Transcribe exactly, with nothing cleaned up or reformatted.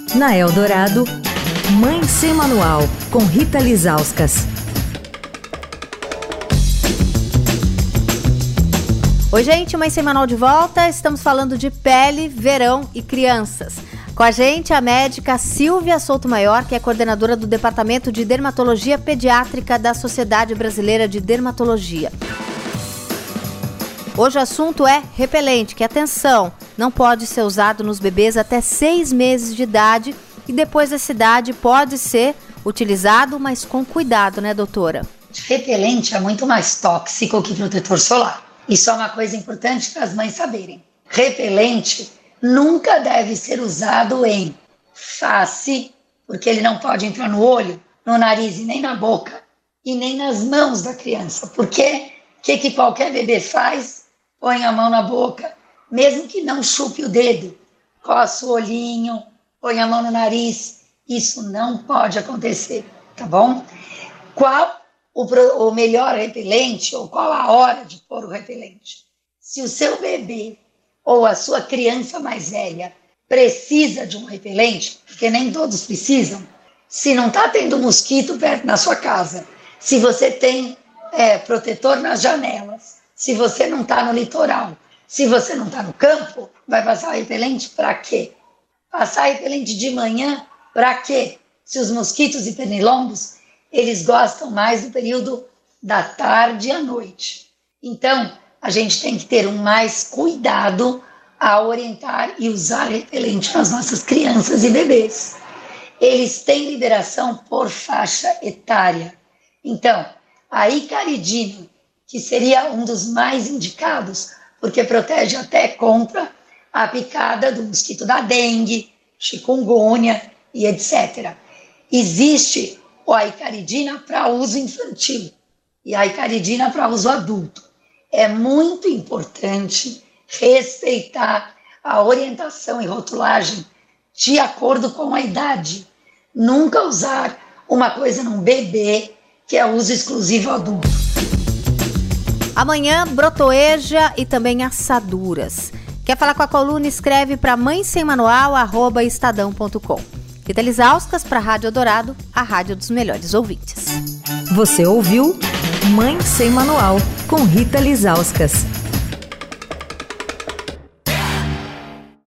Na Eldorado, Mãe Sem Manual, com Rita Lizauskas. Oi, gente, Mãe Sem Manual de volta. Estamos falando de pele, verão e crianças. Com a gente, a médica Silvia Souto-Maior, que é coordenadora do Departamento de Dermatologia Pediátrica da Sociedade Brasileira de Dermatologia. Hoje o assunto é repelente, que, atenção, não pode ser usado nos bebês até seis meses de idade e depois dessa idade pode ser utilizado, mas com cuidado, né, doutora? Repelente é muito mais tóxico que protetor solar. Isso é uma coisa importante para as mães saberem. Repelente nunca deve ser usado em face, porque ele não pode entrar no olho, no nariz e nem na boca, e nem nas mãos da criança. Porque o que, que qualquer bebê faz? Põe a mão na boca, mesmo que não chupe o dedo, coça o olhinho, põe a mão no nariz. Isso não pode acontecer, tá bom? Qual o, o melhor repelente, ou qual a hora de pôr o repelente? Se o seu bebê ou a sua criança mais velha precisa de um repelente, porque nem todos precisam, se não está tendo mosquito perto na sua casa, se você tem é, protetor nas janelas, se você não está no litoral, se você não está no campo, vai passar repelente para quê? Passar repelente de manhã para quê? Se os mosquitos e pernilongos, eles gostam mais do período da tarde e à noite. Então, a gente tem que ter um mais cuidado ao orientar e usar repelente nas nossas crianças e bebês. Eles têm liberação por faixa etária. Então, a icaridina, que seria um dos mais indicados, porque protege até contra a picada do mosquito da dengue, chikungunya e etcétera. Existe a icaridina para uso infantil e a icaridina para uso adulto. É muito importante respeitar a orientação e rotulagem de acordo com a idade. Nunca usar uma coisa num bebê que é uso exclusivo adulto. Amanhã, brotoeja e também assaduras. Quer falar com a coluna? Escreve para mãe sem manual arroba estadão ponto com. Rita Lizauskas para a Rádio Eldorado, a rádio dos melhores ouvintes. Você ouviu Mãe Sem Manual, com Rita Lizauskas.